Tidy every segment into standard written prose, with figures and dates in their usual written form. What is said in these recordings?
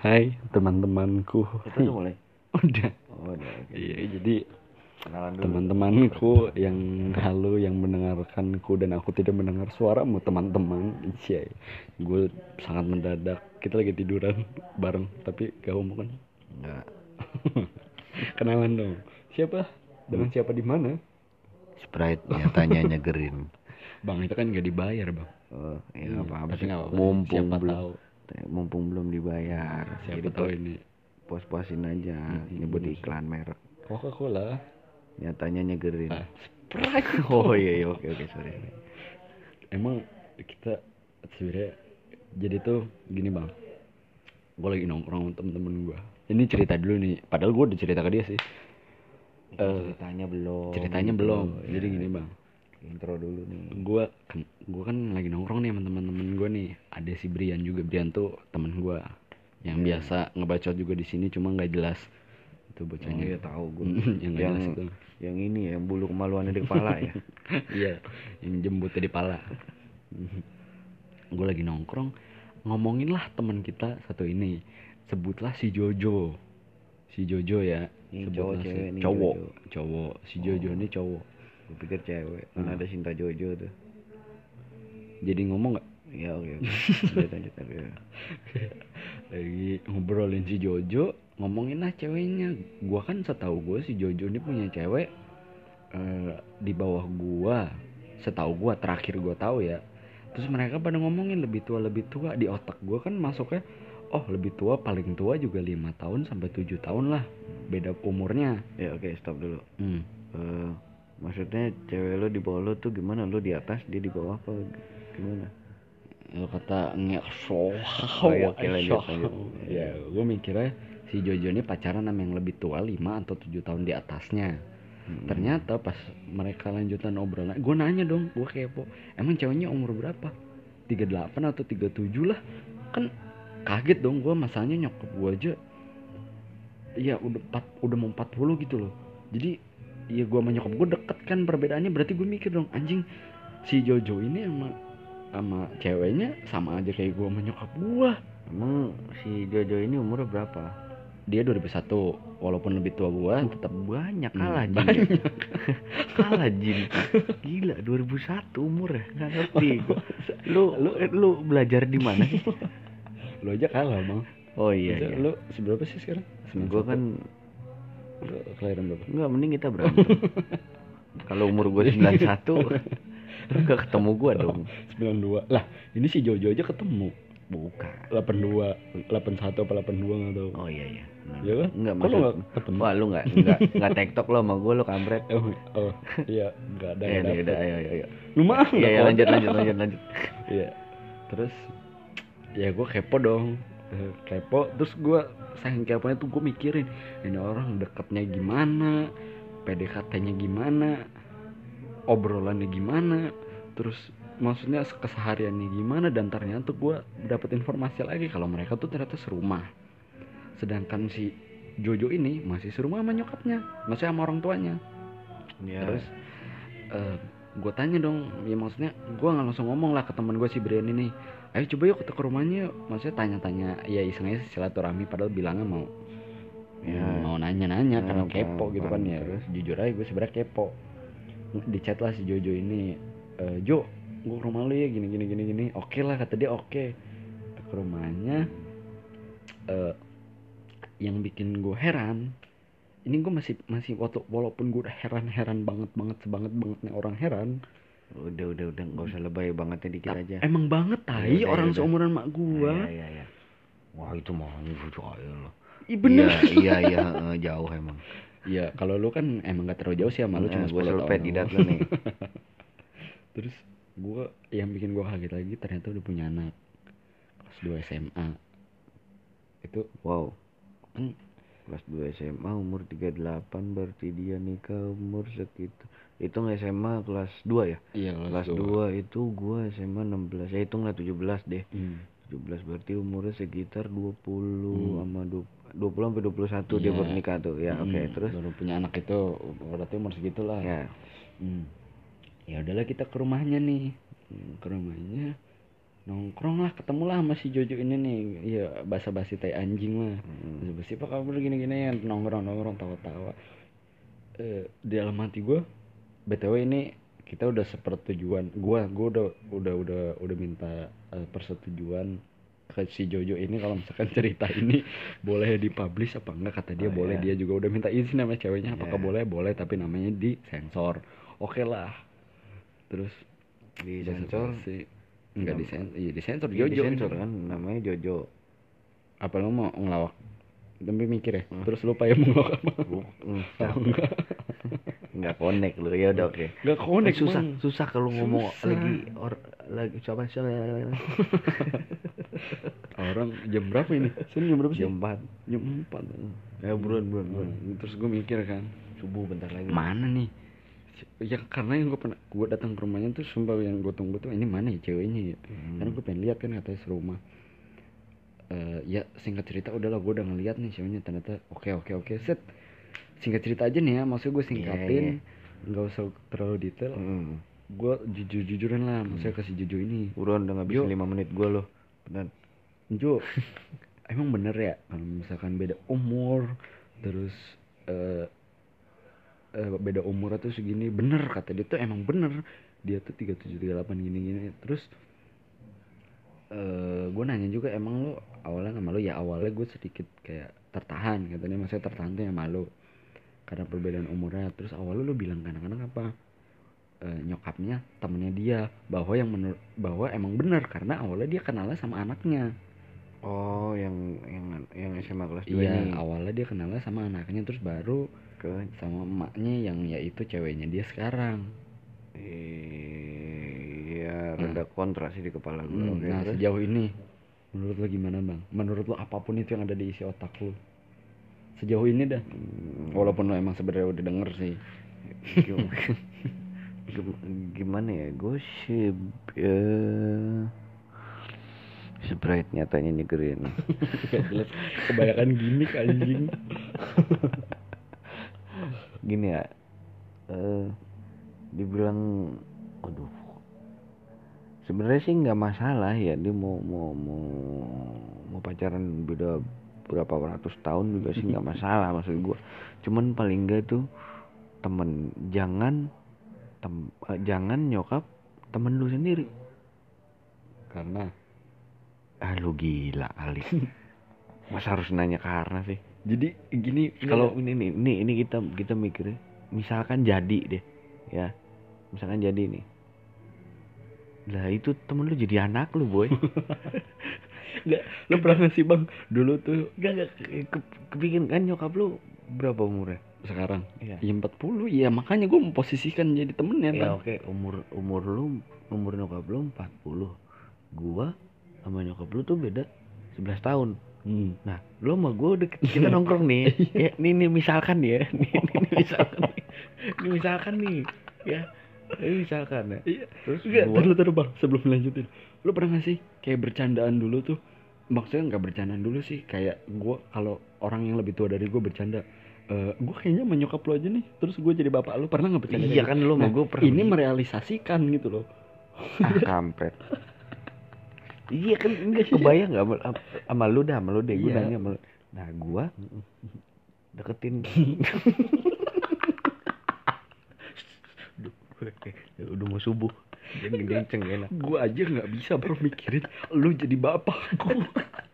Hai teman-temanku. Itu udah mulai? Udah. Oh, udah. Oke. Iya, jadi Kenalan dulu. teman-temanku yang halo yang mendengarkanku dan aku tidak mendengar suaramu teman-teman. Iya, gue sangat mendadak. Kita lagi tiduran bareng, tapi gak ngomong kan? Enggak. Kenalan dong. Siapa? Dengan siapa di mana? Sprite nyatanya nyegerin. Bang, itu kan gak dibayar, Bang. Oh, ya Iya, apa-apa tapi sih. nggak apa-apa. Mumpung Siapa belum tahu. mumpung belum dibayar. Siapa Jadi tahu ini pos-posin aja nyebut iklan merek. Coca-Cola. Nyatanya nyegerin. Sprite. Oh iya, oke sorry. Emang kita sebenarnya jadi tuh gini bang, gue lagi nongkrong sama temen-temen gue. Ini cerita dulu nih, padahal gue udah cerita ke dia sih. Ceritanya belum. Ceritanya gitu. belum. Ya, Jadi gini bang, intro dulu nih. gue kan lagi nongkrong nih sama temen-temen gue nih. Ada si Brian juga. Brian tuh temen gue yang biasa ngebacot juga di sini, cuma nggak jelas itu bocahnya. Oh iya tahu gue. yang nggak jelas itu. Yang ini ya, yang bulu kemaluannya di kepala ya. Iya, yang jembutnya di pala. Gue lagi nongkrong, ngomongin lah teman kita satu ini, sebutlah si Jojo. Si Jojo ya. Ini Sebutlah cowok cewek nih, cowok. Jojo. Cowok. Si Jojo ini cowok. Gue pikir cewek. Kan ada Sinta Jojo tuh. Jadi ngomong nggak? Ya oke. Lanjut. Lagi ngobrolin si Jojo, ngomongin lah ceweknya. Gua kan setahu gue si Jojo ini punya cewek di bawah gua. Setahu gua, terakhir gua tahu ya. Terus mereka pada ngomongin lebih tua. Di otak gua kan masuknya, oh lebih tua, paling tua juga 5 tahun sampai 7 tahun lah beda umurnya. Ya oke, stop dulu. Maksudnya cewek lo di bawah lo tuh gimana? Lo di atas, dia di bawah apa gimana? Lo kata ngekso. Ya, oke, lanjut. Ya, gue mikirnya si Jojo ini pacaran sama yang lebih tua 5 atau 7 tahun di atasnya. Ternyata pas mereka lanjutan obrolan, gue nanya dong, gue kepo, emang ceweknya umur berapa? 38 atau 37 lah. Kan kaget dong gue, masalahnya nyokap gue aja ya udah mau 40 gitu loh. Jadi ya gue sama nyokap gue deket kan perbedaannya, berarti gue mikir dong, anjing si Jojo ini sama ceweknya sama aja kayak gue sama nyokap gue. Emang si Jojo ini umurnya berapa? Dia 2001, walaupun lebih tua gue tetap banyak kalah Jin. banyak. Kalah Jin. Gila 2001 umurnya. Enggak ngerti gua. Lu belajar di mana sih? Lu aja kalah bang. Oh iya. Lu seberapa sih sekarang? Gua kan kelahiran berapa? Enggak, mending kita berantem. Kalau umur gua 91 lu gak ketemu gua dong. 92. Lah, ini si Jojo aja ketemu. Bukan. 82, 81 apa 82 enggak tahu. Oh iya. Iya kan? Enggak Kok lu enggak ketemu? Wah, lu enggak TikTok lo sama gua, lu kampret. Oh, iya, enggak ada. Ya udah, ayo. Lu mah Iya, lanjut. Iya. Terus ya gua kepo dong. Terus gua saking keponya tuh gua mikirin, ini orang deketnya gimana? PDKT-nya gimana? Obrolannya gimana? Terus maksudnya kesehariannya gimana? Dan ternyata gue dapet informasi lagi kalau mereka tuh ternyata serumah. Sedangkan si Jojo ini masih serumah sama nyokapnya, masih sama orang tuanya. Ya. Terus gue tanya dong, ya maksudnya gue nggak langsung ngomong lah ke teman gue si Brian ini, ayo coba yuk kita ke rumahnya yuk. Maksudnya tanya-tanya, ya isengnya silaturahmi, padahal bilangnya mau mau nanya-nanya karena kepo gitu kan ya. Terus jujur aja gue sebenarnya kepo. Di chat lah si Jojo ini, Jo, gue ke rumah lu ya gini. Oke lah kata dia, oke. Ke rumahnya. Yang bikin gue heran, ini gue masih walaupun gue udah heran bangetnya orang heran. Udah nggak usah lebay bangetnya dikit aja. Emang banget tai orang seumuran mak gue. Ya. Wah itu mah lo. Bener. Iya, jauh emang. Iya, kalau lu kan emang gak terlalu jauh sih sama lu, cuma 10 tahun. Di dat lu nih. Terus yang bikin gue kaget lagi, ternyata udah punya anak kelas 2 SMA. Itu wow. Kelas 2 SMA umur 38, berarti dia nikah umur sekitar, hitung SMA kelas 2 ya? Iya, kelas 2 itu gua SMA 16, ya hitunglah 17 deh. 17 berarti umurnya sekitar 20 sama 20 sampai 21 dia baru nikah tuh. Ya oke. Terus baru punya anak itu berarti umur segitulah. Ya. Ya udahlah kita ke rumahnya nih. Ke rumahnya nongkrong lah, ketemu lah sama si Jojo ini nih, iya basa-basi tai anjing lah, basa-basi apa kabar gini-gini ya, nongkrong tawa-tawa. Di dalam hati gue, btw ini kita udah sepertujuan, gue udah minta persetujuan ke si Jojo ini kalau misalkan cerita ini boleh dipublish apa enggak. Kata dia boleh, dia juga udah minta izin sama ceweknya, apakah boleh tapi namanya disensor. Oke lah, terus Disensor sih enggak disensor Jojo Jojo kan namanya Jojo. apa lu mau ngelawak tapi mikir ya terus lupa ya mau ngelawak apa. Nggak connect lu, ya udah oke. Nggak connect, susah kalau ngomong lagi coba orang jam berapa ini? Sini jam berapa sih? Jam 4. Jam 4. Ya buruan. Terus gue mikir kan, subuh bentar lagi. Mana nih? Ya karena yang gue datang ke rumahnya tuh sumpah yang gue tunggu tuh ini mana ya ceweknya ya. Karena gue pengen lihat kan katanya serumah. Ya singkat cerita udahlah gue udah ngeliat nih ceweknya ternyata oke set. Singkat cerita aja nih ya, maksudnya gue singkatin, nggak usah terlalu detail. Gue jujuran lah, maksudnya kasih Jojo ini. Udah ngabisin 5 menit gue loh, bener. Jo, emang bener ya kalau misalkan beda umur, terus beda umur tuh segini, bener kata dia tuh emang bener. Dia tuh 37 38 gini. Terus gue nanya juga emang lo awalnya sama lo, ya awalnya gue sedikit kayak tertahan katanya, maksudnya tertahan tuh sama lo karena perbedaan umurnya. Terus awalnya lo bilang kadang-kadang apa nyokapnya temennya dia, bahwa emang benar karena awalnya dia kenalnya sama anaknya. Oh, yang SMA kelas 2 iya, ini. awalnya dia kenalnya sama anaknya, terus baru sama emaknya yang yaitu ceweknya dia sekarang. Iya, rada kontra sih di kepala gue. Nah, sejauh ini menurut lo gimana bang? Menurut lo apapun itu yang ada di isi otak lo sejauh ini dah, walaupun lo emang sebenarnya udah denger sih. Gimana ya, gue sih Sprite nyatanya nyegerin. Jelas kebanyakan gimmick anjing. Gini ya, dibilang aduh, sebenarnya sih nggak masalah ya, dia mau pacaran beda berapa ratus tahun juga sih nggak masalah maksud gue. Cuman paling enggak tuh jangan nyokap temen lu sendiri. Karena lu gila kali. Masa harus nanya karena sih? Jadi gini, kalau ini kita mikirnya, misalkan jadi deh ya, misalkan jadi nih, lah itu temen lu jadi anak lu boy. Nggak, lu pernah nggak sih bang dulu tuh nggak kepikiran kan nyokap lu berapa umurnya sekarang? Iya. Ya 40. Ya makanya gue memposisikan jadi temennya ya, bang. Oke. Umur nyokap lu 40, gua sama nyokap lu tuh beda 11 tahun. Nah, lu sama gua udah kita nongkrong nih. Ya, ini misalkan ya. Ini misalkan nih. Ya. Ini misalkan ya. Iya. Terus Terus bang, sebelum lanjutin, lu pernah gak sih kayak bercandaan dulu tuh? Maksudnya nggak bercandaan dulu sih, kayak gue kalau orang yang lebih tua dari gue bercanda, gue kayaknya menyokap lo aja nih, terus gue jadi bapak lu. Pernah nggak bercanda? Iya kan lu sama gue pernah. Ini merealisasikan gitu loh. Kampret. Iya kan, enggak kebayang nggak sama lu deh, gue nanya sama lu. Nah, gue deketin. Udah mau subuh, jangan kenceng enak. Gue aja nggak bisa baru mikirin lu jadi bapak gue.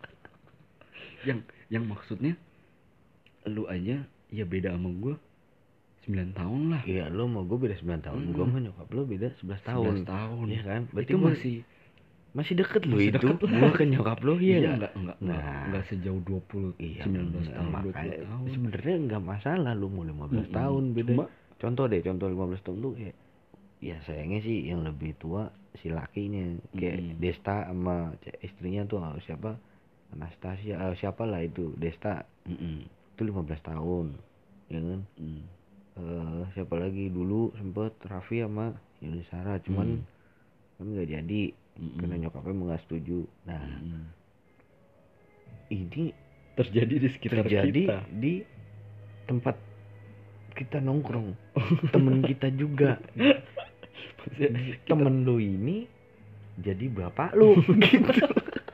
yang maksudnya lu aja ya beda sama gue 9 tahun lah. Iya, lu sama gue beda 9 tahun. Gue sama nyokap lu beda 11 tahun. 11 tahun. Iya kan? Berarti itu masih deket lu itu. Gue ke nyokap lu iya enggak sejauh 20 iya, 19 tahun. Sebenarnya enggak masalah lu mau 15 tahun beda. Cuma, contoh 15 tahun lu kayak, ya sayangnya sih yang lebih tua si lakinya, kayak Desta sama istrinya tuh siapa, Anastasia, siapa lah itu, Desta. Itu 15 tahun ya kan. Siapa lagi dulu sempet Raffi sama Yunisara, cuman kan nggak jadi karena nyokapnya nggak setuju. Nah, ini terjadi di sekitar kita, di tempat kita nongkrong. Temen kita juga. Temen lu ini jadi bapak lu gitu.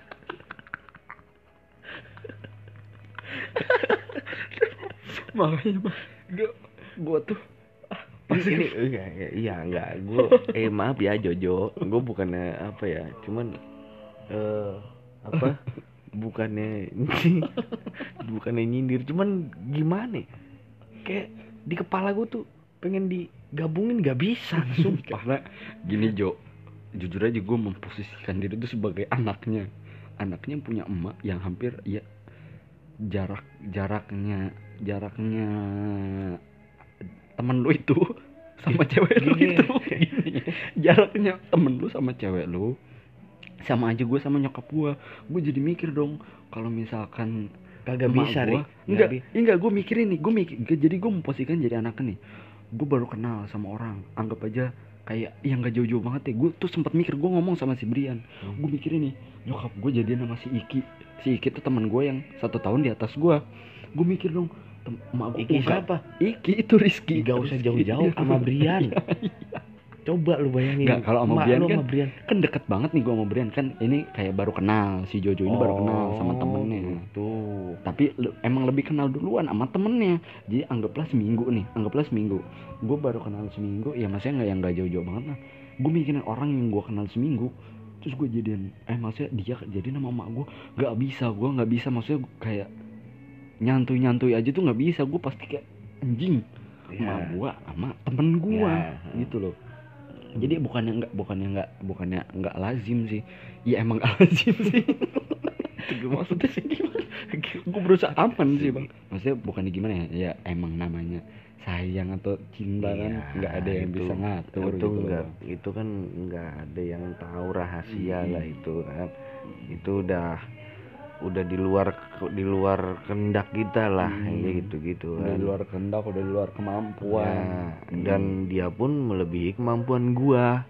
Makanya bang, gue tuh Ini iya enggak, gue maaf ya Jojo, gue bukannya apa ya, cuman apa bukannya bukannya nyindir, cuman gimana ya? Kayak di kepala gue tuh pengen digabungin gak bisa, sumpah. karena gini Jo, jujur aja gue memposisikan diri itu sebagai anaknya punya emak yang hampir ya jaraknya temen lu itu sama cewek lu itu gini, jaraknya temen lu sama cewek lu sama aja gue sama nyokap gue jadi mikir dong kalau misalkan Kagak bisa, Ri. Enggak, gue mikirin nih, jadi gue memposisikan jadi anaknya nih. Gue baru kenal sama orang, anggap aja kayak yang gak jauh-jauh banget ya. Gue tuh sempat mikir, gue ngomong sama si Brian, gue mikirin nih, nyokap gue jadian sama si Iki tuh teman gue yang 1 tahun di atas gue mikir dong, emak gue Iki siapa? Iki itu Rizky. Gak usah jauh-jauh sama Brian. Coba lu bayangin. Nggak, kalau sama Brian kan deket banget nih gue sama Brian, kan ini kayak baru kenal, si Jojo ini baru kenal sama temennya gitu. Tapi emang lebih kenal duluan sama temennya. Jadi anggaplah seminggu gue baru kenal seminggu, ya maksudnya nggak jauh-jauh banget lah. Gue mikirin orang yang gue kenal seminggu terus gue jadian maksudnya dia jadi nama emak gue nggak bisa, maksudnya kayak nyantui aja tuh nggak bisa. Gue pasti kayak anjing emak gue sama temen gue gitu loh. Jadi bukannya nggak lazim sih. Ya emang nggak lazim sih. Maksudnya sih gimana? Gue berusaha aman sih bang. Maksudnya bukannya gimana ya? Ya emang namanya sayang atau cinta kan nggak ada yang bisa ngatur itu gitu. Itu kan nggak ada yang tahu rahasia lah itu kan. Itu udah di luar kehendak kita lah, kayak gitu udah kan. Di luar kehendak, udah di luar kemampuan dan dia pun melebihi kemampuan gua.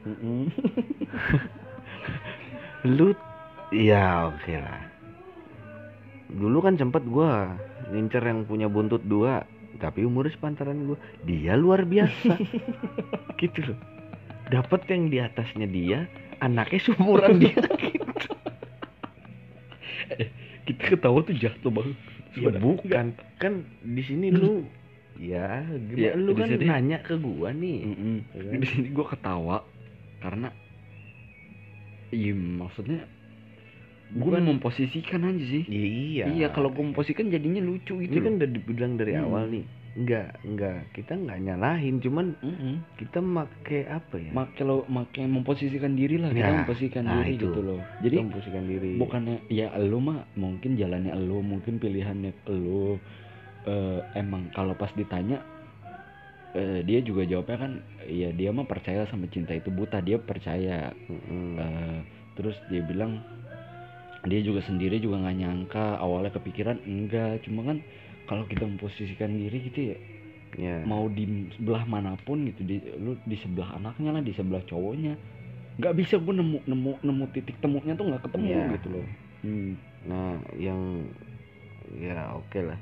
Lu ya oke lah. Dulu kan sempet gua ngincer yang punya buntut 2, tapi umurnya sepantaran gua. Dia luar biasa. Gitu loh. Dapat yang di atasnya dia, anaknya seumuran dia gitu. Kita ketawa tuh jatuh banget. Ya bukan, kan di sini lu ya gimana, lu kan sini nanya ke gua nih. Kan? Di sini gua ketawa karena maksudnya gua memposisikan aja sih. Iya, kalau gua memposisikan jadinya lucu gitu. Ini kan udah dibilang dari awal nih. Enggak, kita enggak nyalahin, cuman kita make apa ya? Make memposisikan diri lah, kita memposisikan diri itu. Gitu loh. Jadi memposisikan diri. Bukannya ya elu mah mungkin jalannya elu, mungkin pilihannya elu. Emang kalau pas ditanya dia juga jawabnya kan ya dia mah percaya sama cinta itu buta, dia percaya. Terus dia bilang dia juga sendiri juga nggak nyangka, awalnya kepikiran enggak, cuma kan kalau kita memposisikan diri gitu ya, mau di sebelah manapun gitu, lu di sebelah anaknya lah, di sebelah cowoknya, nggak bisa gue nemu titik temunya tuh nggak ketemu gitu loh. Nah yang ya oke lah.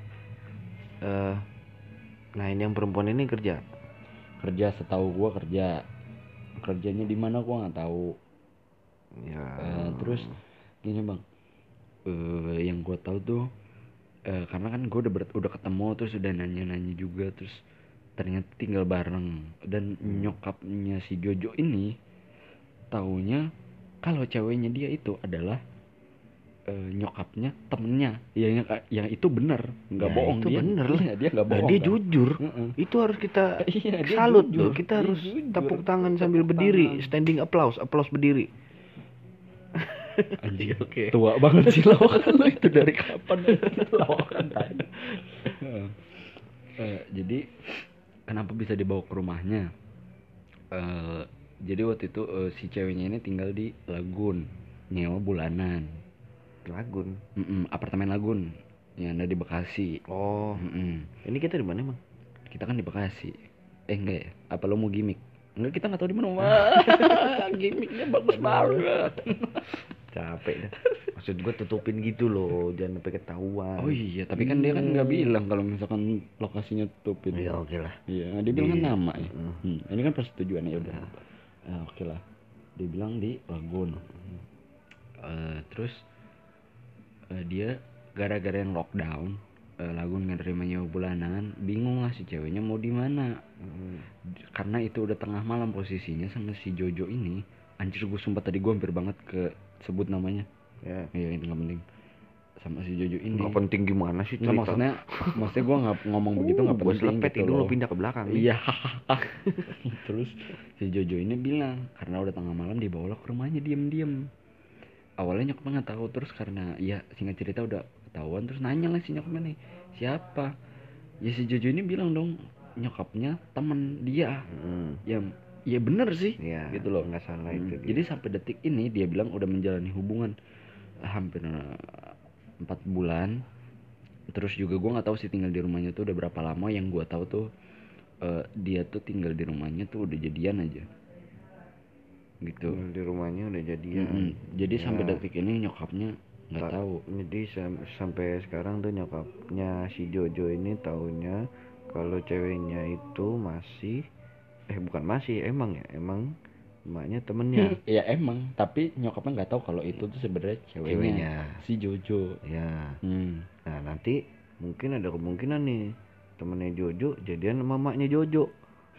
Nah ini yang perempuan ini kerja setahu gue kerjanya di mana gue nggak tahu ya. Terus gini bang, yang gue tahu tuh karena kan gue udah ketemu, terus udah nanya juga, terus ternyata tinggal bareng, dan nyokapnya si Jojo ini taunya kalau ceweknya dia itu adalah nyokapnya temennya, yang itu benar, nggak bohong, itu dia bener lah. Dia nggak bohong, dia jujur. Itu harus kita salut tuh, kita harus tepuk tangan sambil berdiri, standing applause berdiri. Anjing, okay. Tua banget sih lawakan lo itu, dari kapan lawakan tadi. Jadi kenapa bisa dibawa ke rumahnya? Jadi waktu itu si ceweknya ini tinggal di Lagun, nyewa bulanan. Lagun? Apartemen Lagun yang ada di Bekasi. Ini kita di mana emang? Kita kan di Bekasi. Enggak ya? Apa lo mau gimmick? Enggak, kita nggak tahu di mana. Gimmicknya bagus banget. Capek dah. Maksud gue tutupin gitu loh, jangan sampai ketahuan. Oh iya, tapi kan dia kan nggak bilang kalau misalkan lokasinya tutupin. Ya oke lah. Iya, dia bilang kan nama ya. Ini kan persetujuan, ya udah. Oke lah. Dia bilang di Lagun. Terus dia gara-gara yang lockdown, Lagun nggak terima nyewa bulanan, bingung lah si ceweknya mau di mana. Karena itu udah tengah malam posisinya sama si Jojo ini. Anjir gue sumpah tadi gue hampir banget ke sebut namanya. Ya itu nggak penting. Sama si Jojo ini. Nggak penting gimana sih cerita? Nggak, maksudnya gue nggak ngomong begitu nggak penting gitu dulu pindah ke belakang. Iya. Terus si Jojo ini bilang karena udah tengah malam dibawa ke rumahnya diem-diem. Awalnya nyokapnya nggak tahu, terus karena ya singkat cerita udah ketahuan, terus nanya lah si nyokapnya nih siapa. Ya si Jojo ini bilang dong nyokapnya temen dia. Ya bener sih ya, gitu loh, nggak salah itu dia. Jadi sampai detik ini dia bilang udah menjalani hubungan hampir 4 bulan. Terus juga gue nggak tahu sih tinggal di rumahnya tuh udah berapa lama. Yang gue tahu tuh dia tuh tinggal di rumahnya tuh udah jadian aja gitu. Di rumahnya udah jadian. Jadi ya. Sampai detik ini nyokapnya nggak tahu. Jadi sampai sekarang tuh nyokapnya si Jojo ini taunya kalau ceweknya itu masih emang emaknya temennya. Ya emang, tapi nyokapnya nggak tahu kalau itu tuh sebenarnya ceweknya si Jojo. Ya. Nah nanti mungkin ada kemungkinan nih temennya Jojo jadian sama emaknya Jojo.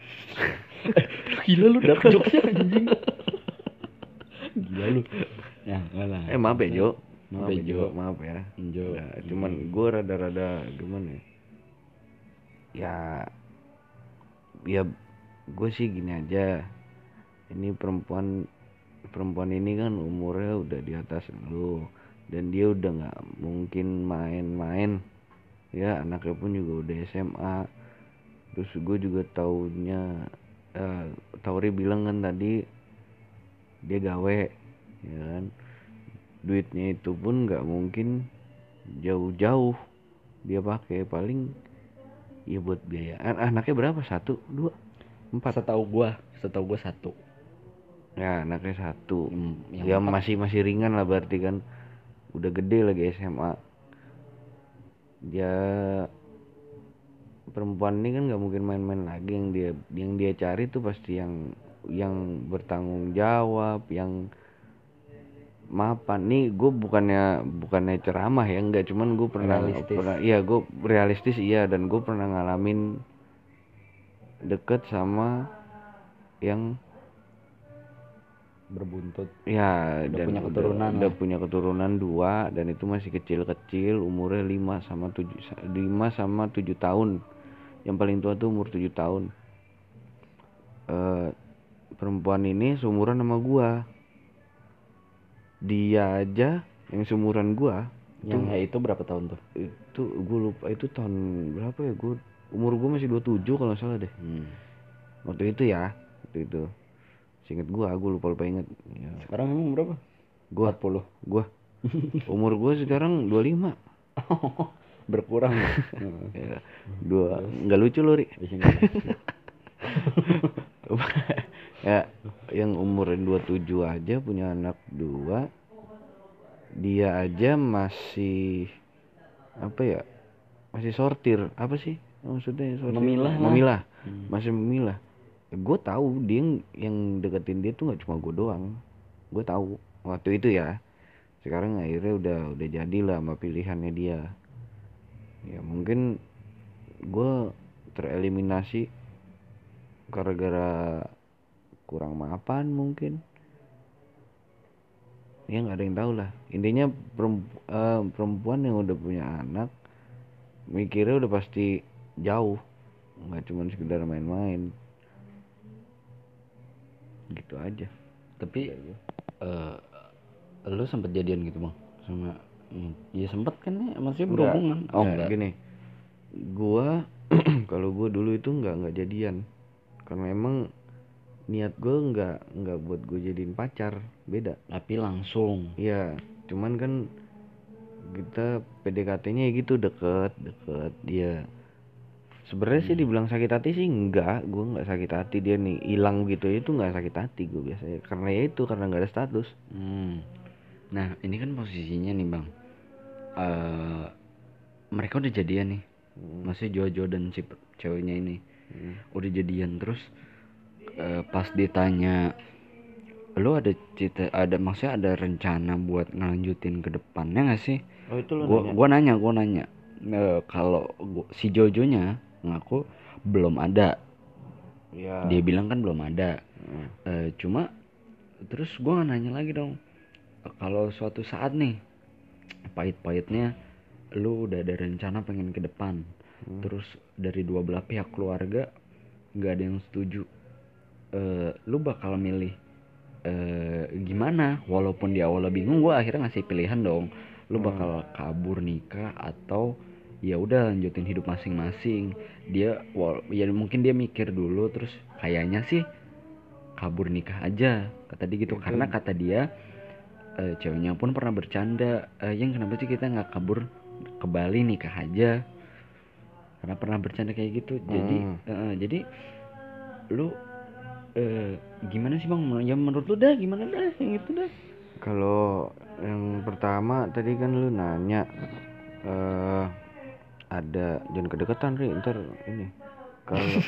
Gila lu dark jokesnya anjing. Gila lu. Ya enggak lah. Maaf ya Jo. Maaf ya Jo. Nah, cuman gue rada-rada gimana ya gue sih gini aja. Ini perempuan ini kan umurnya udah di atas lu, dan dia udah nggak mungkin main-main ya, anaknya pun juga udah SMA. Terus gue juga taunya Tauri bilang kan tadi dia gawe ya kan, duitnya itu pun nggak mungkin jauh-jauh dia pakai, paling ya buat biaya. Anaknya berapa? 1, 2, 4? Setahu gua 1. Ya anaknya 1. Ya masih ringan lah berarti kan, udah gede lagi SMA. Ya perempuan ini kan nggak mungkin main-main lagi. Yang dia cari tuh pasti yang bertanggung jawab, yang mapan. Nih gue bukannya ceramah ya, enggak, cuman gue pernah iya gue realistis iya, dan gue pernah ngalamin deket sama yang berbuntut ya, udah dan udah punya keturunan 2, dan itu masih kecil-kecil, umurnya 5 sama 7 tahun. Yang paling tua tuh umur 7 tahun. Perempuan ini seumuran sama gua. Dia aja yang seumuran gua. Itu berapa tahun tuh? Itu gua lupa itu tahun berapa ya. Umur gua masih 27 kalau nggak salah deh. Waktu itu ya. Seinget gua lupa inget ya. Sekarang emang berapa? Gua 40. Gua umur gua sekarang 25. Berkurang ya. Nggak lucu loh, Ri. Ya, yang umur 27 aja punya anak 2. Dia aja masih masih sortir. Apa sih maksudnya sortir? Memilah. Masih memilah. Gue tahu dia yang deketin dia tuh nggak cuma gue doang. Gue tahu waktu itu ya. Sekarang akhirnya udah jadilah sama pilihannya dia. Ya mungkin gue tereliminasi gara-gara kurang mapan mungkin. Ya nggak ada yang tahu lah. Intinya perempuan yang udah punya anak mikirnya udah pasti jauh, nggak cuma sekedar main-main. Gitu aja. Tapi lu sempet jadian gitu bang sama? Ya sempet kan ya, maksudnya berhubungan? Enggak. Gini, gua kalau gua dulu itu nggak jadian, karena emang niat gua nggak buat gua jadiin pacar, beda. Tapi langsung. Iya, cuman kan kita PDKT-nya gitu deket dia. Sebenarnya sih dibilang sakit hati sih enggak, gue nggak sakit hati dia nih hilang gitu, itu nggak sakit hati gue biasanya, karena nggak ada status. Nah ini kan posisinya nih bang, mereka udah jadian nih, maksudnya Jojo dan si ceweknya ini udah jadian. Terus pas ditanya lu ada maksudnya ada rencana buat ngelanjutin ke depannya nggak sih? Oh itu lo nanya. Gua nanya. Kalau si Jojonya ngaku belum ada. Ya. Dia bilang kan belum ada. Cuma terus gua nanya lagi dong. Kalau suatu saat nih pahit-pahitnya lu udah ada rencana pengen ke depan, terus dari dua belah pihak keluarga nggak ada yang setuju, lu bakal milih gimana? Walaupun di awalnya bingung, gue akhirnya ngasih pilihan dong. Lu bakal kabur nikah atau ya udah lanjutin hidup masing-masing. Dia ya mungkin dia mikir dulu, terus kayaknya sih kabur nikah aja kata dia gitu. Karena kata dia ceweknya pun pernah bercanda, yang kenapa sih kita nggak kabur ke Bali nikah aja, karena pernah bercanda kayak gitu. Jadi lu gimana sih bang? Ya menurut lu dah gimana dah yang itu dah? Kalau yang pertama tadi kan lu nanya ada jangan kedekatan Ri, ntar ini kalau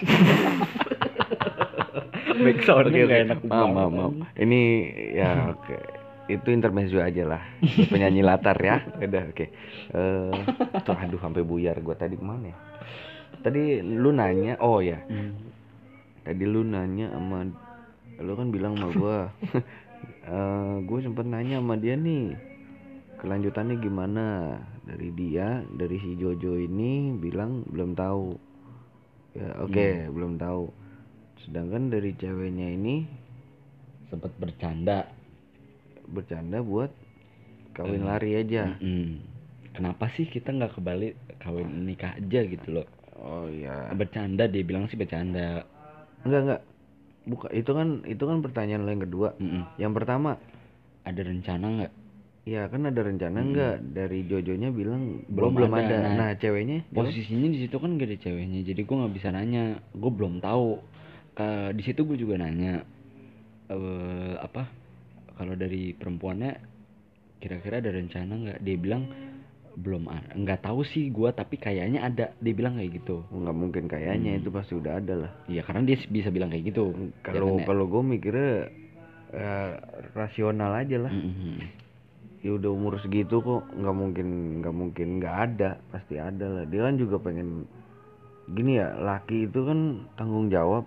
Backsoundnya nggak enak maaf. Ini ya oke. Itu intermezzo aja lah. Penyanyi latar ya. Udah oke. Tuh aduh sampai buyar gua tadi kemana ya? Tadi lu nanya, oh ya. Tadi lu nanya sama lu kan bilang sama gua. Gue sempet nanya sama dia nih. Kelanjutannya gimana? Dari si Jojo ini bilang belum tahu. Ya oke, belum tahu. Sedangkan dari ceweknya ini sempat bercanda buat kawin lari aja. Kenapa sih kita nggak ke Bali kawin nikah aja gitu loh? Oh iya. Bercanda, dia bilang sih bercanda. Enggak. Itu kan pertanyaan lo yang kedua. Yang pertama, ada rencana nggak? Ya kan ada rencana nggak? Dari Jojonya bilang belum ada. Nah ceweknya posisinya di situ kan gak ada ceweknya, jadi gue nggak bisa nanya. Gue belum tahu. Di situ gue juga nanya apa kalau dari perempuannya kira-kira ada rencana nggak? Dia bilang belum ada, nggak tahu sih gue, tapi kayaknya ada. Dia bilang kayak gitu. Nggak mungkin kayaknya, itu pasti udah ada lah. Iya karena dia bisa bilang kayak gitu. Kalau gue mikirnya rasional aja lah. Ya udah umur segitu kok nggak mungkin nggak ada, pasti ada lah. Dia kan juga pengen gini ya, laki itu kan tanggung jawab.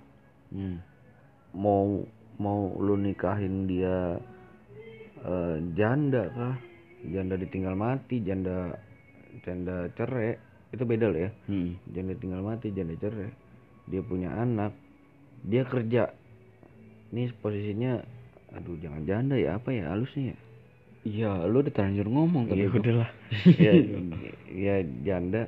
Mau lu nikahin dia janda kah, janda ditinggal mati, janda cerai, itu beda loh ya. Janda tinggal mati, janda cerai, dia punya anak, dia kerja. Ini posisinya aduh jangan janda ya, apa ya halusnya ya. Iya, lu udah terlanjur ngomong tapi udahlah. ya janda,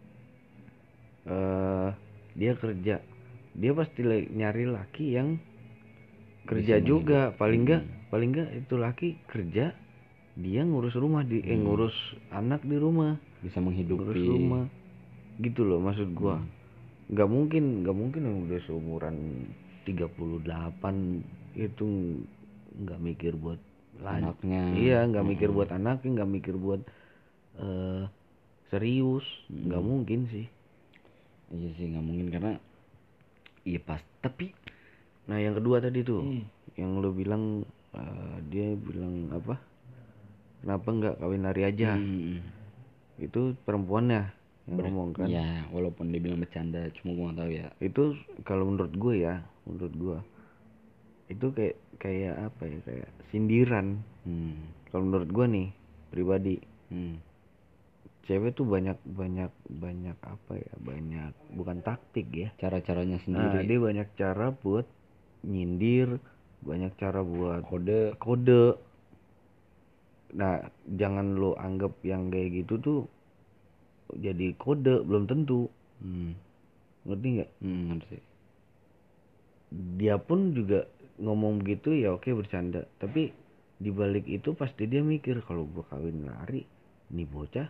dia kerja, dia pasti nyari laki yang kerja juga. Paling enggak itu laki kerja, dia ngurus rumah ngurus anak di rumah, bisa menghidupi, ngurus rumah gitu loh maksud gua. Nggak mungkin udah seumuran 38 itu nggak mikir buat anaknya. Iya, nggak mikir buat anaknya, nggak mikir buat serius. Nggak mungkin sih. Iya sih nggak mungkin, karena iya pas. Tapi nah yang kedua tadi tuh yang lo bilang, dia bilang apa, kenapa nggak kawin lari aja. Itu perempuannya yang ngomong kan. Ya walaupun dia bilang bercanda, cuma gue nggak tahu ya. Itu kalau menurut gue itu kayak apa ya, kayak sindiran. Kalau menurut gue nih pribadi, cewek tuh banyak apa ya, banyak bukan taktik ya, cara-caranya sendiri. Dia banyak cara buat nyindir, banyak cara buat kode. Nah jangan lo anggap yang kayak gitu tuh jadi kode, belum tentu. Ngerti nggak? Ngerti. Dia pun juga ngomong begitu ya oke, bercanda, tapi dibalik itu pasti dia mikir, kalau gua kawin lari, nih bocah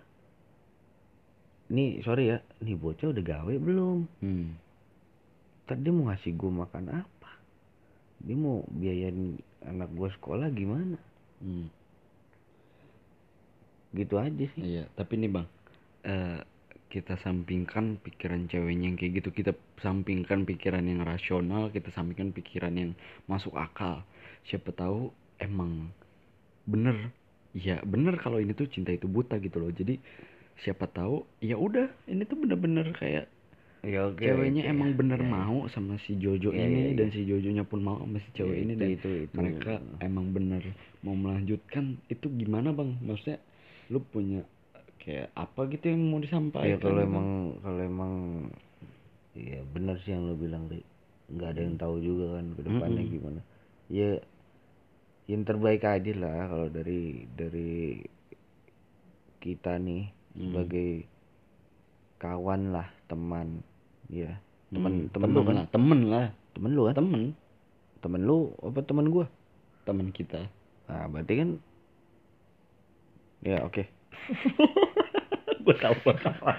udah gawe belum? Ntar dia mau ngasih gua makan apa? Dia mau biayain anak gua sekolah gimana? Gitu aja sih. Iya, tapi nih bang, kita sampingkan pikiran ceweknya yang kayak gitu, kita sampingkan pikiran yang rasional, kita sampingkan pikiran yang masuk akal. Siapa tahu emang bener, ya bener kalau ini tuh cinta itu buta gitu loh. Jadi siapa tahu ya udah ini tuh bener-bener kayak Ya oke, ceweknya oke. emang bener Ya, mau sama si Jojo ya, ini, ya, ya. dan si Jojonya pun mau sama si cewek Ya, ini, itu, dan itu. mereka emang bener mau melanjutkan. Itu gimana bang, maksudnya lu punya kayak apa gitu yang mau disampaikan? Ya kalau gitu? emang ya benar sih yang lo bilang, Ri. Nggak ada yang tahu juga kan ke depannya gimana. Ya yang terbaik aja lah kalau dari kita nih sebagai kawan lah, teman, ya teman lu kan, temen lah temen lu kan, temen lu apa temen gua, temen kita. nah berarti kan ya oke. Gue tahu arahnya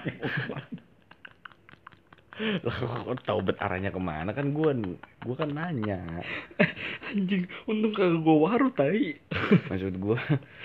Lo tahu bet arahnya kemana kan, gua kan nanya. anjing, untung kagak gue waru tai. Maksud gua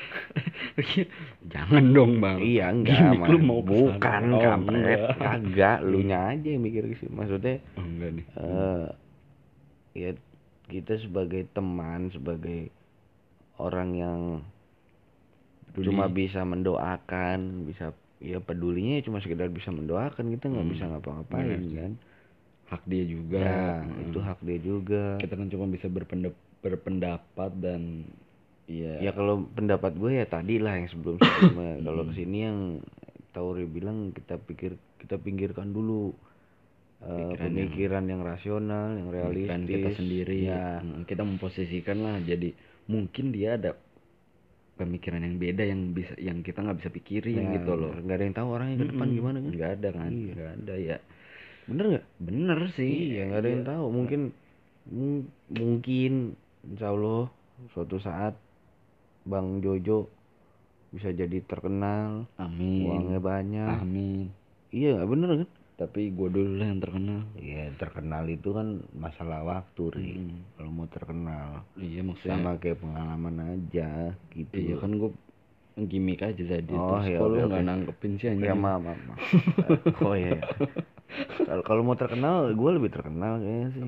Jangan dong bang. iya enggak, Gimik lu mau bukan kampret, enggak. kagak, lu nya aja yang mikir gitu. Maksudnya Enggak nih. Ya kita sebagai teman, sebagai orang yang cuma bisa mendoakan, bisa ya pedulinya cuma sekedar bisa mendoakan, kita nggak bisa ngapa-ngapain kan. Hak dia juga. Ya itu hak dia juga. Kita kan cuma bisa berpendapat dan ya kalau pendapat gue ya tadi lah yang sebelumnya. Kalau kesini yang Tauri bilang kita pinggirkan dulu pemikiran yang rasional, yang realistis kita sendiri ya. Kita memposisikan lah, jadi mungkin dia ada pemikiran yang beda yang kita nggak bisa pikirin ya, gitu loh. Nggak ada yang tahu orangnya ke depan gimana kan. Nggak ada kan. Nggak ada ya. Bener nggak? Bener sih. Iya, nggak ada yang tahu. Mungkin insya Allah suatu saat Bang Jojo bisa jadi terkenal. Amin. Uangnya banyak. Amin. Iya, bener kan? Tapi gue dulu lah yang terkenal. Iya, terkenal itu kan masalah waktu, Ri. Kalau mau terkenal. Iya, maksudnya sama kayak pengalaman aja gitu. Iya kan gue gimmick aja jadi. Oh terus iya, kalau oke. nggak nanggepin sih anjing. Ya maaf. Oh iya. Kalau mau terkenal, gue lebih terkenal kayaknya sih.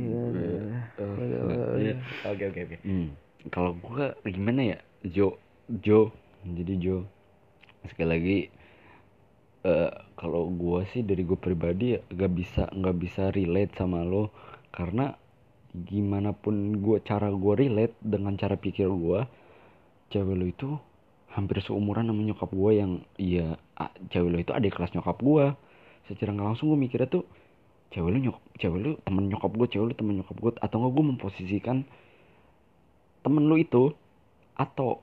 Oke. Kalau gue gimana ya, Jo. Jadi Jo. Sekali lagi, kalau gue sih dari gue pribadi ya nggak bisa relate sama lo, karena gimana pun cara gue relate dengan cara pikir gue, cewek lo itu hampir seumuran sama nyokap gue yang cewek lo itu adik kelas nyokap gue. Secara nggak langsung gue mikirnya tuh cewek lu temen nyokap gue, atau nggak gue memposisikan temen lu itu atau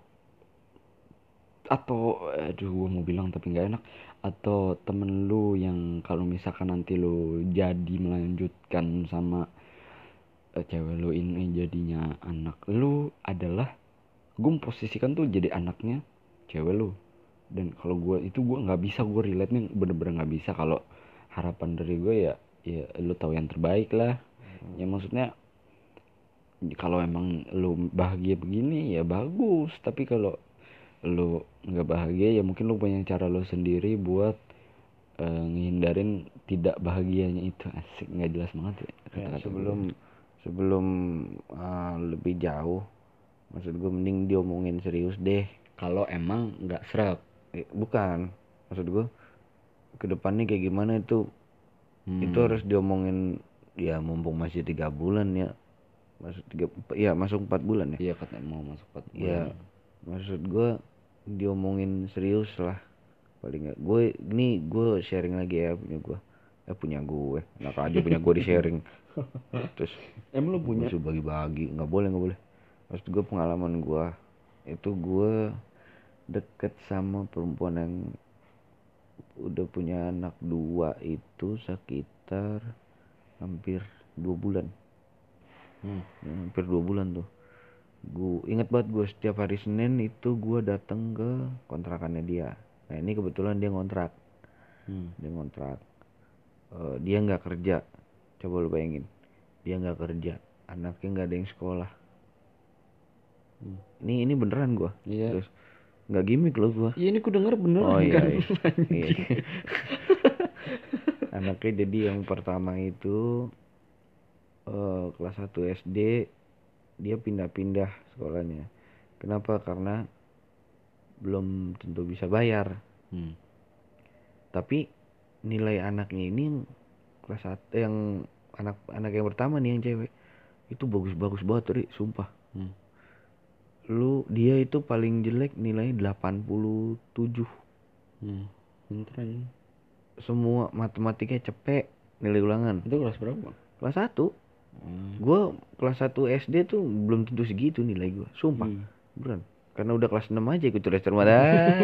aduh gue mau bilang tapi nggak enak, atau temen lu yang kalau misalkan nanti lu jadi melanjutkan sama cewek lu ini jadinya anak lu adalah gue memposisikan tuh jadi anaknya cewek lu. Dan kalau gue nggak bisa, gue relate nih bener-bener nggak bisa. Kalau harapan dari gue ya lu tahu yang terbaik lah. Ya maksudnya kalau emang lu bahagia begini ya bagus, tapi kalau lu nggak bahagia ya mungkin lu punya cara lu sendiri buat ngehindarin tidak bahagianya itu. Asik, nggak jelas banget ya kata-kata. Sebelum lebih jauh, maksud gue mending diomongin serius deh. Kalau emang nggak serak. Bukan, maksud gue kedepannya kayak gimana itu harus diomongin ya, mumpung masih 3 bulan ya, masuk 4 bulan ya. Iya, katanya mau masuk 4 bulan ya. Maksud gue diomongin serius lah paling nggak. Gue sharing lagi ya, punya gue enak aja punya gue di sharing. Terus emang lu punya bagi-bagi, nggak boleh. Maksud gue pengalaman gue itu, gue deket sama perempuan yang udah punya anak 2 itu sekitar hampir 2 bulan. Hampir 2 bulan tuh. Gue inget banget, gue setiap hari Senin itu gue datang ke kontrakannya dia. Nah ini kebetulan dia ngontrak. Dia nggak kerja. Coba lu bayangin, dia nggak kerja, anaknya nggak ada yang sekolah. Ini beneran gue. Iya. Terus nggak gimmick loh gue. Iya, ini ku denger beneran. Oh iya. Anaknya jadi yang pertama itu kelas 1 SD dia pindah-pindah sekolahnya. Kenapa? Karena belum tentu bisa bayar. Tapi nilai anaknya ini kelas 1 yang anak yang pertama nih yang cewek itu bagus-bagus banget, Ri, sumpah. Dia itu paling jelek nilainya 87. Keren. Semua matematikanya cepet, nilai ulangan. Itu kelas berapa? Kelas 1. Gue kelas 1 SD tuh belum tentu segitu nilai gue, sumpah. Beneran. Karena udah kelas 6 aja ikut les cermat.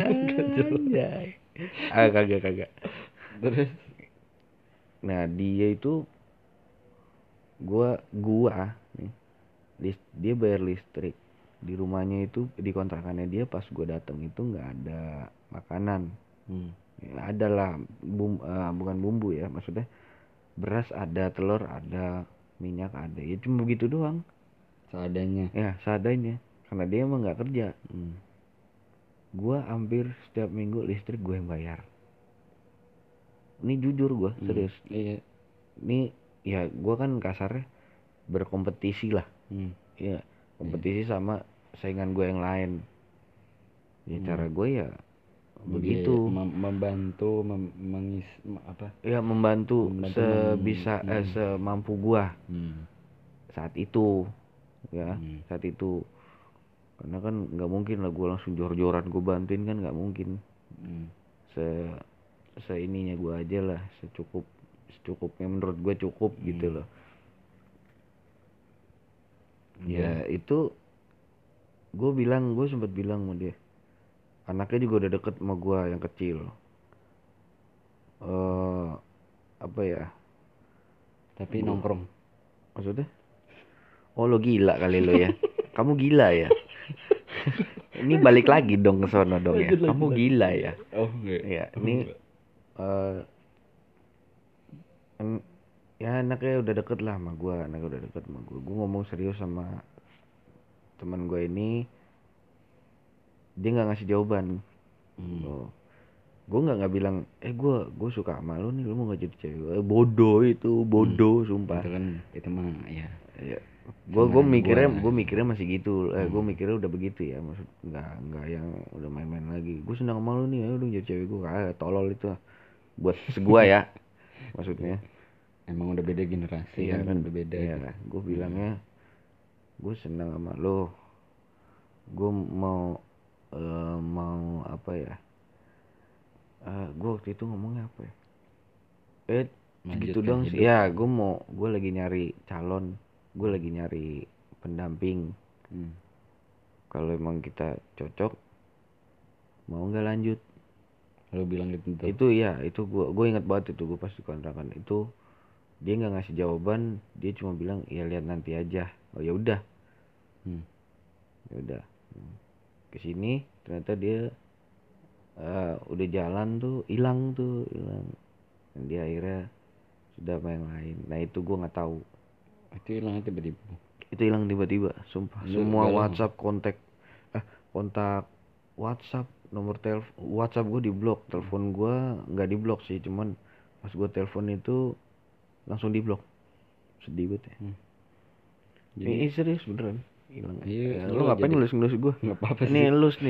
Kagak. Terus Nah, dia itu gua nih, dia bayar listrik di rumahnya itu, di kontrakannya dia. Pas gua datang itu nggak ada makanan. Ya, ada lah bukan bumbu ya, maksudnya beras ada, telur ada, minyak ada, ya cuma begitu doang, seadanya karena dia emang nggak kerja. Gua hampir setiap minggu listrik gue yang bayar. Ini jujur gue serius. Iya. Ini ya gue kan kasarnya berkompetisi lah. Ya kompetisi sama saingan gue yang lain. Ya cara gue ya begitu. Membantu membantu sebisa semampu gue saat itu ya. Saat itu karena kan nggak mungkin lah gue langsung jor-joran gue bantuin, kan nggak mungkin. Seininya gue aja lah, secukupnya menurut gue cukup gitu loh. Ya itu gue sempat bilang sama dia, anaknya juga udah deket sama gue yang kecil. Apa ya, tapi nongkrong maksudnya, oh lo gila kali lo ya. Kamu gila ya. Ini balik lagi dong ke sono dong ya. Kamu gila ya. Oh enggak. Ya ini ya anaknya udah deket lah sama gue. Gue ngomong serius sama teman gue ini, dia nggak ngasih jawaban. Gue nggak bilang gue suka sama lu nih, lu mau nggak jadi cewek. Bodoh itu, sumpah. Itu mah ya. Gue mikirnya masih gitu. Gue mikirnya udah begitu ya, maksud nggak yang udah main-main lagi. Gue senang sama lu nih, ayo dong jadi cewek gue. Tolol itu buat segua ya. Maksudnya emang udah beda generasi kan udah beda. Iya, gue bilangnya gue senang sama lo, gue mau apa ya, gue waktu itu ngomongnya apa ya, gitu dong sih ya. Gue lagi nyari calon, gue lagi nyari pendamping. Kalau emang kita cocok, mau nggak lanjut. Lo bilang gitu tuh. Itu gue ingat banget itu. Gue pas di kontrakan itu dia nggak ngasih jawaban, dia cuma bilang ya lihat nanti aja. Oh ya udah. Ya udah. Kesini ternyata dia udah jalan tuh hilang. Dan dia akhirnya sudah main lain. Nah itu gue nggak tahu. Itu hilangnya tiba-tiba. Itu hilang tiba-tiba, sumpah. Semua WhatsApp kontak WhatsApp, nomor telepon WhatsApp gue diblok, telepon gue nggak diblok sih, cuman pas gue telepon itu langsung diblok. Sedih banget ya. Jadi serius beneran hilang. Iya, lu ngapain ngelus gue? Nggak apa-apa sih. Ini elus nih.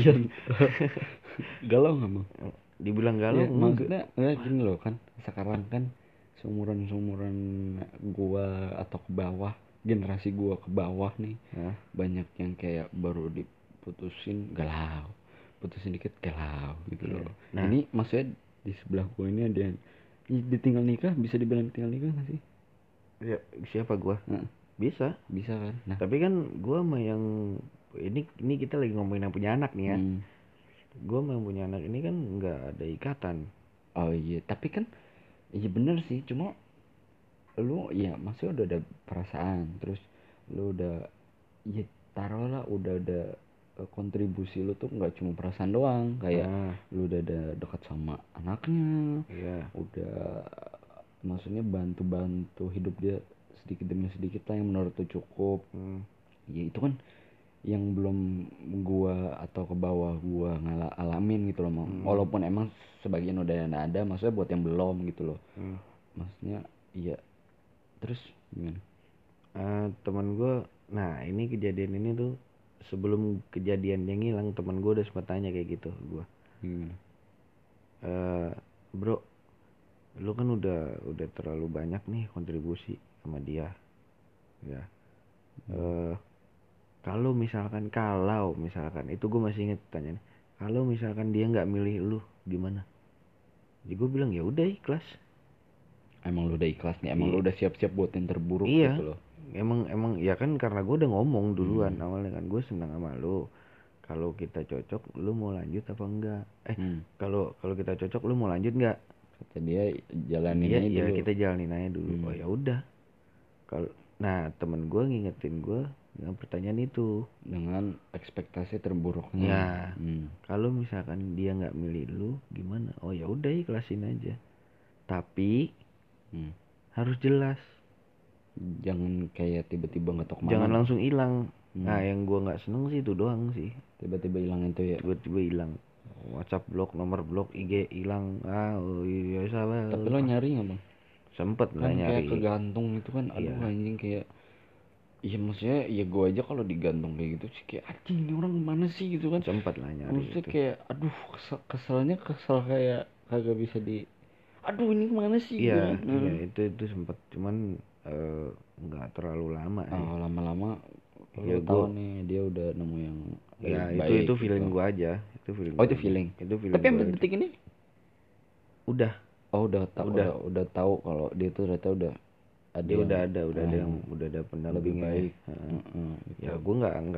Galau nggak mau? Dibilang galau ya, maksudnya gini loh kan, sekarang kan seumuran gua atau ke bawah, generasi gua ke bawah nih, banyak yang kayak baru diputusin galau, putusin dikit galau gitu loh. Nah ini maksudnya di sebelah gua ini ada yang ditinggal nikah, bisa dibilang tinggal nikah nggak sih? Ya siapa gua? Bisa kan. Nah tapi kan gua sama yang ini kita lagi ngomongin yang punya anak nih ya. Gua sama yang punya anak ini kan nggak ada ikatan. Oh iya, tapi kan iya bener sih, cuma lu ya maksudnya udah ada perasaan, terus lu udah ya taruhlah udah ada kontribusi lu tuh nggak cuma perasaan doang, kayak lu udah ada dekat sama anaknya, udah maksudnya bantu hidup dia sedikit demi sedikit lah yang menurut lu cukup. Ya itu kan yang belum gua atau ke bawah gua alamin gitu loh. Walaupun emang sebagian udah ada, maksudnya buat yang belum gitu loh. Maksudnya iya. Terus gimana? Teman gue, nah ini kejadian ini tuh sebelum kejadian yang hilang, teman gue udah sempat tanya kayak gitu gue. Bro, lu kan udah terlalu banyak nih kontribusi sama dia, ya. Kalau misalkan itu gue masih inget tanya, kalau misalkan dia nggak milih lu gimana? Jadi gue bilang ya udah ikhlas. Emang lu udah ikhlas nih, emang lu udah siap-siap buat yang terburuk iya, gitu loh. Emang ya kan, karena gue udah ngomong duluan awalnya kan, gue senang sama lu. Kalau kita cocok, lu mau lanjut apa enggak? Kalau kita cocok, lu mau lanjut enggak? Kata dia jalanin aja dulu. Iya, kita jalanin aja dulu. Oh ya udah. Nah, temen gue ngingetin gue dengan pertanyaan itu, dengan ekspektasi terburuknya. Ya, kalau misalkan dia nggak milih lu gimana? Oh ya udah, ikhlasin aja. Tapi harus jelas. Jangan kayak tiba-tiba nggak tahu kemana. Jangan langsung hilang. Nah, yang gue nggak seneng sih itu doang sih. Tiba-tiba hilang itu ya. Tiba-tiba hilang. WhatsApp blok, nomor blok, IG hilang. Oh iya sabar. Tapi lo nyari nggak bang? Sempet kan nyari. Kayak kegantung itu kan, aduh anjing kayak. Iya maksudnya ya gue aja kalau digantung kayak gitu sih kayak anjing ini orang kemana sih gitu kan. Sempet lah nyari. Maksudnya itu kayak aduh keselnya kayak kagak bisa aduh ini kemana sih. Iya, iya itu sempet, cuman nggak terlalu lama. Lama-lama ya tahu nih dia udah nemu yang ya baik, itu feeling gue aja. Itu feeling. Tapi yang detik ini udah udah tahu kalau dia tuh ternyata udah ada yang udah ada pendamping baik. Ya gue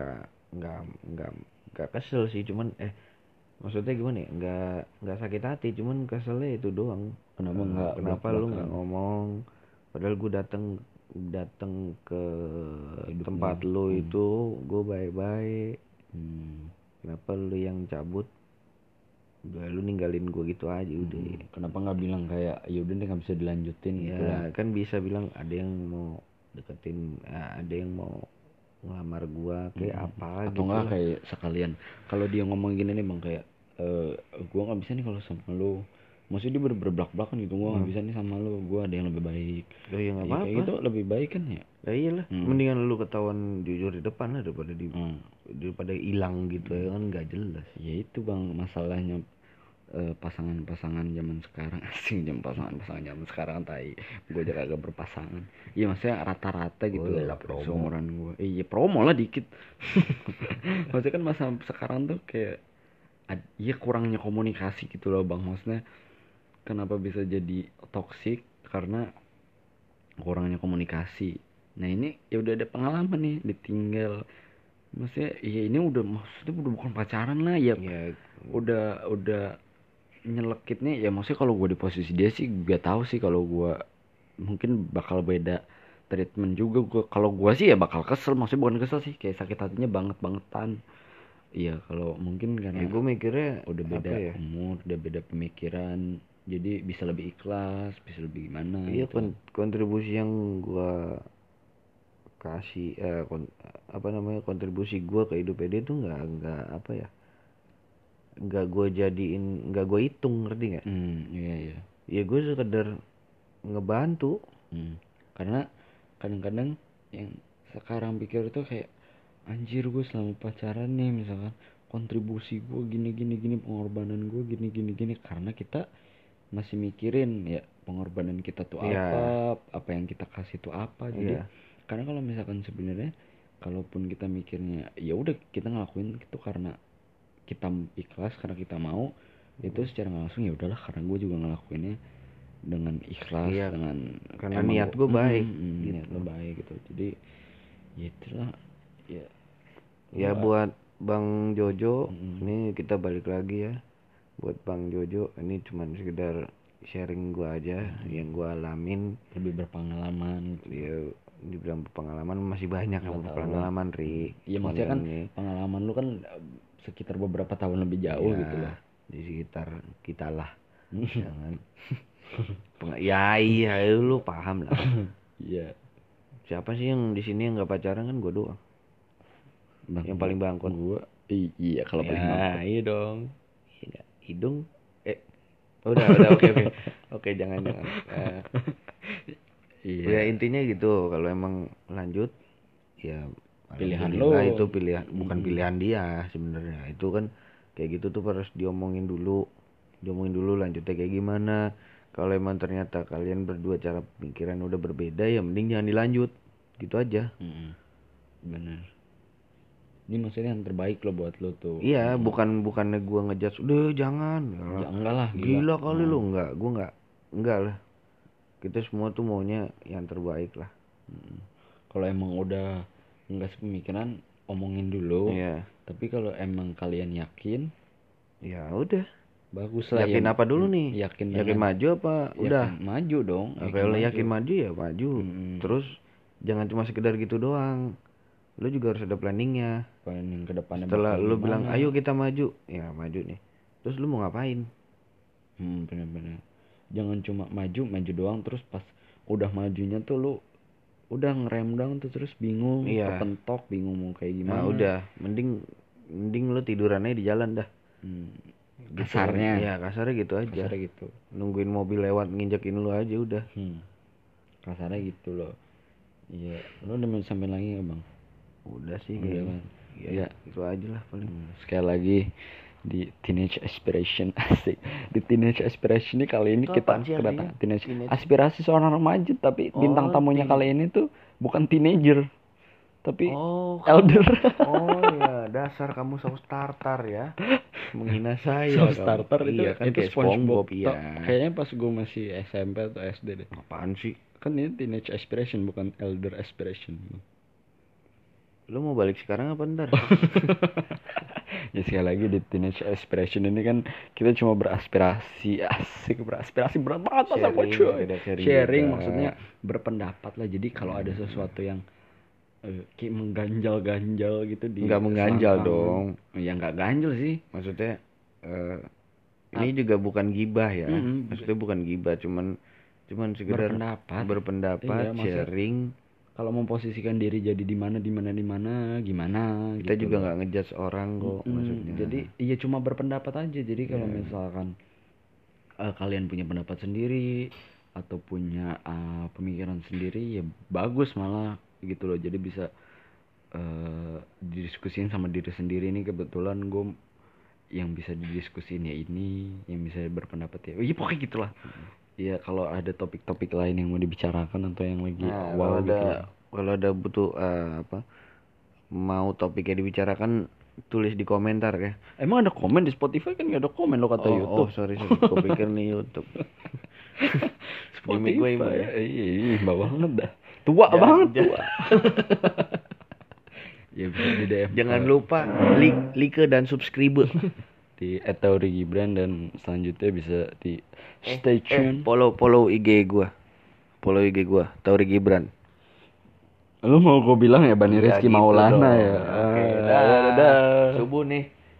nggak kesel sih, cuman maksudnya gimana ya, nggak sakit hati, cuman keselnya itu doang. Kenapa lu nggak ngomong, padahal gue datang ke tempat lu itu gue baik-baik. Kenapa lu yang cabut? Udah lu ninggalin gue gitu aja udah. Kenapa nggak bilang kayak ya udah deh nggak bisa dilanjutin ya gitu lah. Kan bisa bilang ada yang mau deketin, ada yang mau ngelamar gue kayak apa atau gitu. Atau nggak kayak sekalian kalau dia ngomong gini nih bang kayak gue nggak bisa nih kalau sama lu. Maksudnya dia berbelak-belakan gitu, gue nggak bisa nih sama lu, gue ada yang lebih baik. Ya nggak apa-apa. Kayak gitu lebih baik kan ya. Ya iyalah, mendingan lu ketahuan jujur di depan lah daripada hilang gitu ya kan, nggak jelas. Ya itu bang masalahnya pasangan-pasangan zaman sekarang asing, pasangan zaman sekarang tai. Gue juga agak berpasangan. Iya maksudnya rata-rata gitu. Seumuran gue. Iya promo lah dikit. Maksudnya kan masa sekarang tuh kayak iya kurangnya komunikasi gitu loh bang. Maksudnya kenapa bisa jadi toksik karena kurangnya komunikasi. Nah ini ya udah ada pengalaman nih ditinggal. Maksudnya ya ini udah bukan pacaran lah ya. Udah nyelekitnya ya, maksudnya kalau gue di posisi dia sih gue tahu sih kalau gue mungkin bakal beda treatment juga. Kalau gue sih ya bakal kesel, maksudnya bukan kesel sih, kayak sakit hatinya bangetan. Iya kalau mungkin karena gue mikirnya udah beda umur, udah beda pemikiran, jadi bisa lebih ikhlas, bisa lebih gimana. Iya gitu. Kontribusi yang gue kasih kontribusi gue ke hidup dia tuh nggak gue jadiin, nggak gue hitung, ngerti nggak? Iya. Ya gue sekedar ngebantu. Karena kadang-kadang yang sekarang pikir itu kayak anjir gue selama pacaran nih misalkan kontribusi gue gini pengorbanan gue gini karena kita masih mikirin ya pengorbanan kita tuh apa yang kita kasih tuh apa. Jadi karena kalau misalkan sebenarnya kalaupun kita mikirnya ya udah kita ngelakuin itu karena kita ikhlas, karena kita mau, itu secara nggak langsung ya udahlah karena gue juga ngelakuinnya dengan ikhlas, dengan karena niat gue baik. Niat gue baik gitu. Jadi ya itulah ya buat Bang Jojo, ini kita balik lagi ya. Buat Bang Jojo, ini cuman sekedar sharing gue aja yang gue alamin. Lebih berpengalaman gitu. Ya dibilang berpengalaman masih banyak yang berpengalaman, Ri. Iya maksudnya kan pengalaman lu kan sekitar beberapa tahun lebih jauh gitu lah. Di sekitar kita lah. Jangan. Iya lu paham lah. Iya. Siapa sih yang di sini yang nggak pacaran, kan gue doang. Yang paling bangkot. Gua iya kalau paling Ya, bangkot. iya dong. Iya, hidung. Udah, oke. Oke, jangan. Iya. Ya intinya gitu, kalau emang lanjut ya Pilihan alhamdulillah lo. itu pilihan, bukan pilihan dia sebenarnya. Itu kan kayak gitu tuh harus diomongin dulu lanjutnya kayak gimana. Kalau emang ternyata kalian berdua cara pemikiran udah berbeda, ya mending jangan dilanjut, gitu aja. Bener. Ini maksudnya yang terbaik lo buat lo tuh. Iya, bukannya gua ngejudge, udah jangan. Ya enggak lah, Gila kali lu, enggak lah. Kita semua tuh maunya yang terbaik lah. Kalau emang udah enggak sepemikiran, omongin dulu. Iya. Tapi kalau emang kalian yakin, Ya udah. bagus lah. Yakin apa dulu nih? Yakin maju apa udah? Maju dong. Kalau yakin maju ya maju. Terus jangan cuma sekedar gitu doang. Lu juga harus ada planningnya. Planning ke depannya. Setelah lu bilang ayo kita maju, ya maju nih. Terus lu mau ngapain? Bener-bener. Jangan cuma maju doang, terus pas udah majunya tuh lu udah ngerem doang tuh, terus bingung, kepentok, bingung mau kayak gimana. Nah udah, mending lu tiduran aja di jalan dah. Kasarnya. Iya, kasarnya gitu aja. Kasarnya gitu. Nungguin mobil lewat nginjekin lu aja udah. Kasarnya gitu loh. Iya, lu udah mau sampai lagi nggak bang? Udah sih. Udah kan. Ya, itu aja lah paling. Sekali lagi di Teenage Aspiration asik. Di Teenage Aspiration ini kali ini itu kita kedatangan Teenage Aspirasi seorang remaja, tapi bintang tamunya kali ini tuh bukan teenager, tapi elder. Oh ya, dasar kamu saus tartar ya. Menghina saya. Saus tartar itu, iya, kan itu SpongeBob iya. Kayaknya pas gue masih SMP atau SD deh. Apaan sih? Kan ini Teenage Aspiration bukan Elder Aspiration. Lu mau balik sekarang apa ntar? Ya sekali lagi di Teenage Aspiration ini kan kita cuma beraspirasi, asik beraspirasi, berat banget masa gue cuy. Sharing maksudnya berpendapat lah. Jadi kalau ada sesuatu yang kayak mengganjal-ganjal gitu di nggak mengganjal dong. Ya nggak ganjal sih. Maksudnya ini juga bukan gibah ya. Maksudnya bukan gibah, cuman sekedar berpendapat, sharing. Kalau memposisikan diri jadi di mana gimana kita gitu juga nggak ngejudge orang kok. Maksudnya jadi iya cuma berpendapat aja. Jadi kalau misalkan kalian punya pendapat sendiri atau punya pemikiran sendiri, ya bagus malah gitu loh. Jadi bisa didiskusin sama diri sendiri. Nih kebetulan gue yang bisa didiskusin ya ini, yang bisa berpendapat ya pokoknya gitulah. Ya kalau ada topik-topik lain yang mau dibicarakan atau yang lagi awal kalau ada butuh mau topiknya dibicarakan, tulis di komentar ya. Emang ada komen di Spotify? Kan gak ada komen lo kata YouTube. Oh sorry gue pikir nih YouTube. Spotify gue ya. Iya banget dah. Tua banget. Ya bisa di DM. Jangan lupa like dan subscribe di @Tauri Gibran, dan selanjutnya bisa di stay tune. Follow IG gua. Tauri Gibran. Lu mau gue bilang ya Bani Rizky Maulana gitu ya. Oke, dadah. Subuh nih.